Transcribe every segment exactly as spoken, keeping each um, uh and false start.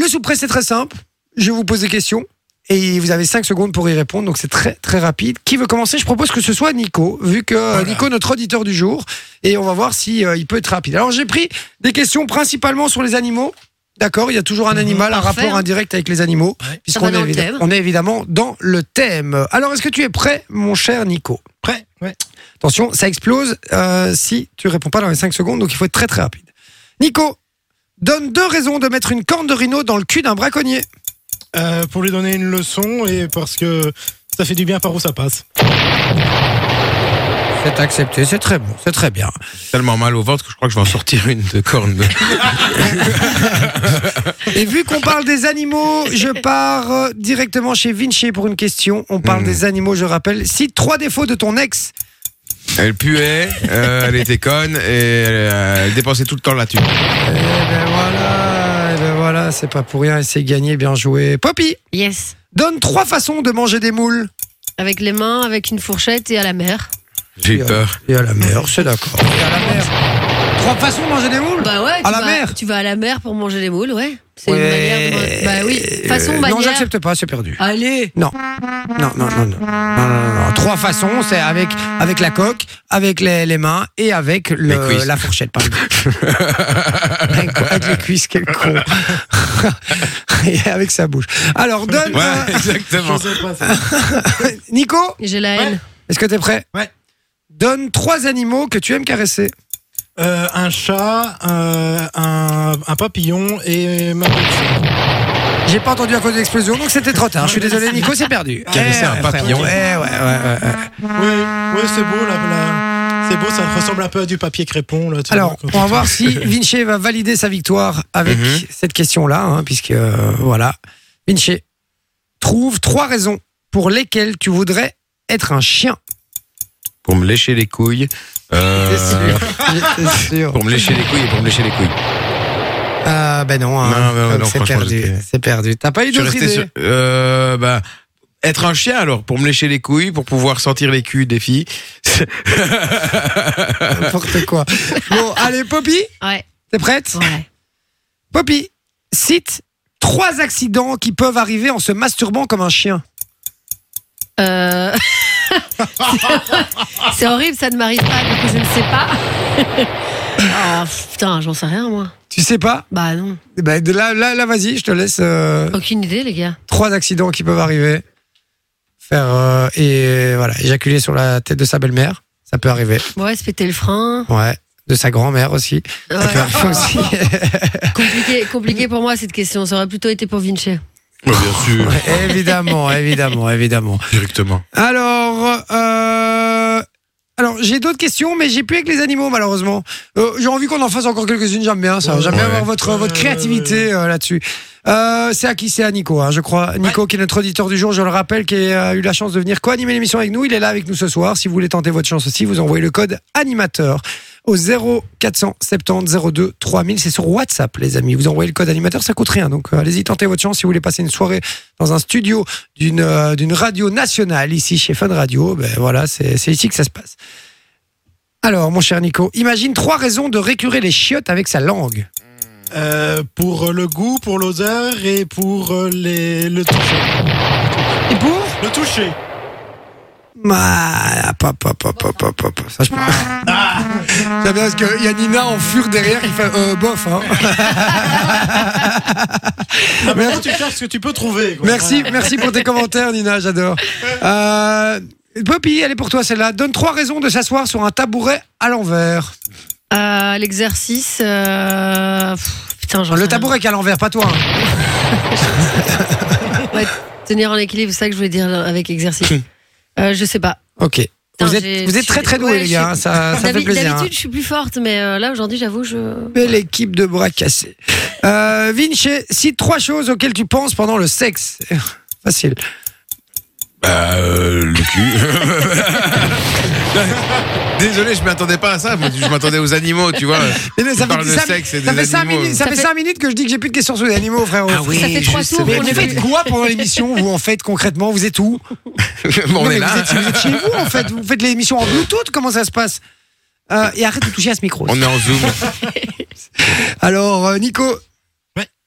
Le soupré, c'est très simple. Je vais vous poser des questions et vous avez cinq secondes pour y répondre. Donc, c'est très, très rapide. Qui veut commencer? Je propose que ce soit Nico, vu que voilà. Nico est notre auditeur du jour. Et on va voir si euh, il peut être rapide. Alors, j'ai pris des questions principalement sur les animaux. D'accord, il y a toujours un animal, un rapport indirect avec les animaux, ouais. puisqu'on est, évi- on est évidemment dans le thème. Alors, est-ce que tu es prêt, mon cher Nico? Prêt, ouais. Attention, ça explose euh, si tu réponds pas dans les cinq secondes, donc il faut être très très rapide. Nico, donne deux raisons de mettre une corne de rhino dans le cul d'un braconnier. Euh, pour lui donner une leçon et parce que ça fait du bien par où ça passe. C'est accepté, c'est très bon, c'est très bien. J'ai tellement mal au ventre que je crois que je vais en sortir une de corne. Et vu qu'on parle des animaux, je pars directement chez Vinci pour une question. On parle mmh. des animaux, je rappelle. Cite trois défauts de ton ex. Elle puait, euh, elle était conne et elle, euh, elle dépensait tout le temps la thune. Et ben voilà, et ben voilà, c'est pas pour rien, c'est gagné, bien joué. Poppy. Yes. Donne trois façons de manger des moules. Avec les mains, avec une fourchette et à la mer. J'ai eu peur. Et à la mer, c'est d'accord. Et à la mer. Trois façons de manger des moules? Bah ouais. À la vas, mer. Tu vas à la mer pour manger des moules, ouais. C'est ouais. une manière de manger. Bah oui. Façon, euh, manière. Non, j'accepte pas, c'est perdu. Allez. Non. Non, non, non, non. non, non, non, non. Trois façons, c'est avec, avec la coque, avec les, les mains et avec le, la fourchette, par exemple. avec, avec les cuisses, quel con. Et avec sa bouche. Alors, donne. Ouais, euh... exactement. Nico? J'ai la haine. Ouais. Est-ce que t'es prêt? Ouais. Donne trois animaux que tu aimes caresser. Euh, un chat, euh, un, un papillon et ma petite. J'ai pas entendu à cause de l'explosion, donc c'était trop tard. Je suis désolé, Nico, c'est perdu. Caresser un papillon. Ouais, ouais, ouais, ouais. Oui, oui, c'est beau là, là. C'est beau, ça ressemble un peu à du papier crépon là. Alors, on va voir si Vinci va valider sa victoire avec mm-hmm. cette question-là, hein, puisque euh, voilà. Vinci, trouve trois raisons pour lesquelles tu voudrais être un chien. Pour me lécher les couilles. Euh, J'étais sûr. sûr. Pour me lécher les couilles et pour me lécher les couilles. Euh, ben non, hein. non, non, non c'est perdu. J'étais... C'est perdu. T'as pas eu d'autres idées sur, euh, bah, être un chien alors, pour me lécher les couilles, pour pouvoir sentir les culs des filles. N'importe quoi. Bon, allez, Poppy. Ouais. T'es prête? Ouais. Poppy, cite trois accidents qui peuvent arriver en se masturbant comme un chien. Euh... c'est horrible, ça ne m'arrive pas, du coup je ne sais pas. Oh, putain, j'en sais rien moi. Tu sais pas? Bah non. Bah, de là, là, là, vas-y, je te laisse. Euh, Aucune idée, les gars. Trois accidents qui peuvent arriver. Faire euh, et voilà, éjaculer sur la tête de sa belle-mère, ça peut arriver. Ouais, se péter le frein. Ouais. De sa grand-mère aussi. Ouais. Ça peut arriver aussi. compliqué, compliqué pour moi cette question. Ça aurait plutôt été pour Vinci. Ouais, bien sûr. Ouais, évidemment, évidemment, évidemment. Directement. Alors, euh, alors j'ai d'autres questions, mais j'ai plus avec les animaux malheureusement. Euh, j'ai envie qu'on en fasse encore quelques-unes. J'aime bien ça. J'aime bien ouais. avoir votre votre créativité euh, là-dessus. Euh, c'est à qui? C'est à Nico, hein, je crois. Nico, ouais. qui est notre auditeur du jour, je le rappelle, qui a eu la chance de venir co-animer l'émission avec nous. Il est là avec nous ce soir. Si vous voulez tenter votre chance aussi, vous envoyez le code animateur au zéro quatre cent soixante-dix zéro deux trois mille. C'est sur WhatsApp, les amis. Vous envoyez le code animateur, ça coûte rien. Donc, euh, allez-y, tentez votre chance. Si vous voulez passer une soirée dans un studio d'une, euh, d'une radio nationale, ici, chez Fun Radio, ben voilà, c'est, c'est ici que ça se passe. Alors, mon cher Nico, imagine trois raisons de récurer les chiottes avec sa langue. Euh, pour le goût, pour l'odeur et pour les, le toucher. Et pour le toucher. Ah, pop, pop, pop, pop, pop, pop. Ça, je peux... ah. J'aime bien parce qu'il y a Nina en fure derrière qui fait euh, bof. Hein. Ah, maintenant, tu cherches ce que tu peux trouver. Quoi. Merci, merci pour tes commentaires, Nina, j'adore. Euh, Poppy, elle est pour toi celle-là. Donne trois raisons de s'asseoir sur un tabouret à l'envers. Euh, l'exercice. Euh... Putain, j'en Le tabouret qui est à l'envers, pas toi. Hein. Ouais, tenir en équilibre, c'est ça que je voulais dire avec exercice. Euh, je sais pas. Ok. Putain, vous êtes, vous êtes très très doués, ouais, les gars. Suis... Ça, ça fait plaisir. D'habitude, hein. je suis plus forte, mais euh, là, aujourd'hui, j'avoue, je. Belle équipe de bras cassés. Euh, Vinci, cite trois choses auxquelles tu penses pendant le sexe. Facile. Bah, euh, le cul. Désolé, je m'attendais pas à ça. Je m'attendais aux animaux, tu vois. Mais non, ça fait, de ça, sexe et ça des fait cinq animaux. minutes, ça, ça fait cinq minutes que je dis que j'ai plus de questions sur les animaux, frérot. Ah oui, ça fait trois tours. Mais vous faites quoi pendant l'émission, vous, en fait, concrètement? Vous êtes où? Bon, on est mais là. Vous êtes, vous êtes chez vous, en fait. Vous faites l'émission en Bluetooth. Comment ça se passe? euh, Et arrête de toucher à ce micro. On est en Zoom. Alors, euh, Nico. Ouais.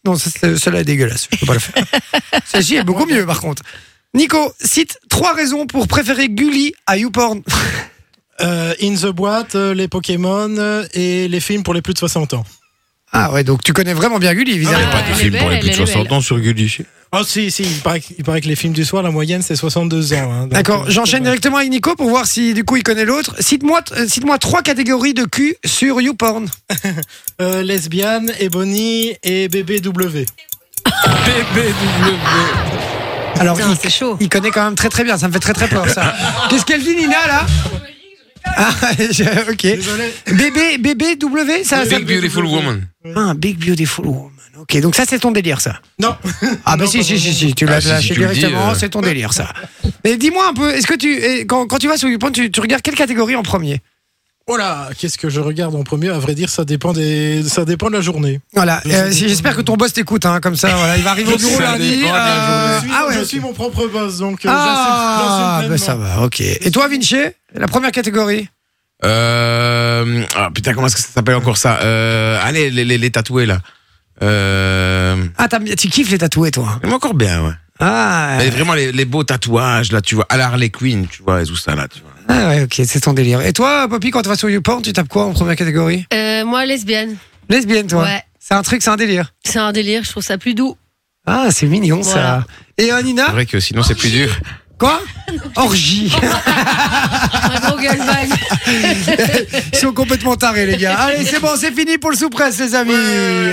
Non, ça, c'est- celle-là est dégueulasse. Je peux pas le faire. Celle-ci est beaucoup mieux, par contre. Nico, cite trois raisons pour préférer Gulli à YouPorn. Euh, In the Boîte, euh, les Pokémon euh, et les films pour les plus de soixante ans. Ah ouais, donc tu connais vraiment bien Gulli, Il n'y évidemment. a pas elle de est film belle, pour les elle plus de est soixante belle. ans sur Gulli. Oh si, si, il paraît, que- il paraît que les films du soir, la moyenne c'est soixante-deux ans. Hein, donc, D'accord, euh, j'enchaîne c'est directement avec Nico pour voir si du coup il connaît l'autre. Cite-moi, euh, cite-moi trois catégories de cul sur YouPorn. vrai. Euh, lesbienne, Ebony et B B W. B B W. Alors, Putain, il, c'est chaud. il connaît quand même très très bien, ça me fait très très peur ça. Qu'est-ce qu'elle dit Nina là? Ah, je- ok. Désolé. Bébé, bébé W, ça, ça Big Beautiful Woman. Ah, Big Beautiful Woman. Ok, donc ça c'est ton délire ça. Non. Ah bah Non, si, pas si, si, vraiment. si, tu l'as Ah, si, lâché si tu le dis, directement, euh. c'est ton délire ça. Mais dis-moi un peu, est-ce que tu, eh, quand, quand tu vas sur YouPorn, tu, tu regardes quelle catégorie en premier? Oh là, qu'est-ce que je regarde en premier? À vrai dire, ça dépend des, ça dépend de la journée. Voilà, euh, si- j'espère que ton boss t'écoute, hein, comme ça, voilà, il va arriver au bureau Ça lundi. dépend de la euh, je, suis, ah ouais. je suis mon propre boss, donc euh, Ah, j'assume- bah j'assume ça pleinement. va, ok. Et toi Vinci, la première catégorie? Euh, ah, putain, comment est-ce que ça s'appelle encore ça euh, Allez, les, les, les tatoués là. Euh, Ah, t'as- tu kiffes les tatoués toi? J'aime encore bien, ouais. Ah, Mais vraiment les, les beaux tatouages là, tu vois, à la Harley Quinn, tu vois, et tout ça là, tu vois. ah ouais, ok, c'est ton délire. Et toi, Poppy, quand tu vas sur YouPorn, tu tapes quoi en première catégorie? Euh, moi, lesbienne. Lesbienne, toi? Ouais. C'est un truc, c'est un délire. C'est un délire, je trouve ça plus doux. Ah, c'est mignon Voilà. ça. Et euh, Nina? C'est vrai que sinon c'est plus dur. Quoi? Orgie. Un gros gangbang. Ils sont complètement tarés, les gars. Allez, c'est bon, c'est fini pour le sous-presse, les amis.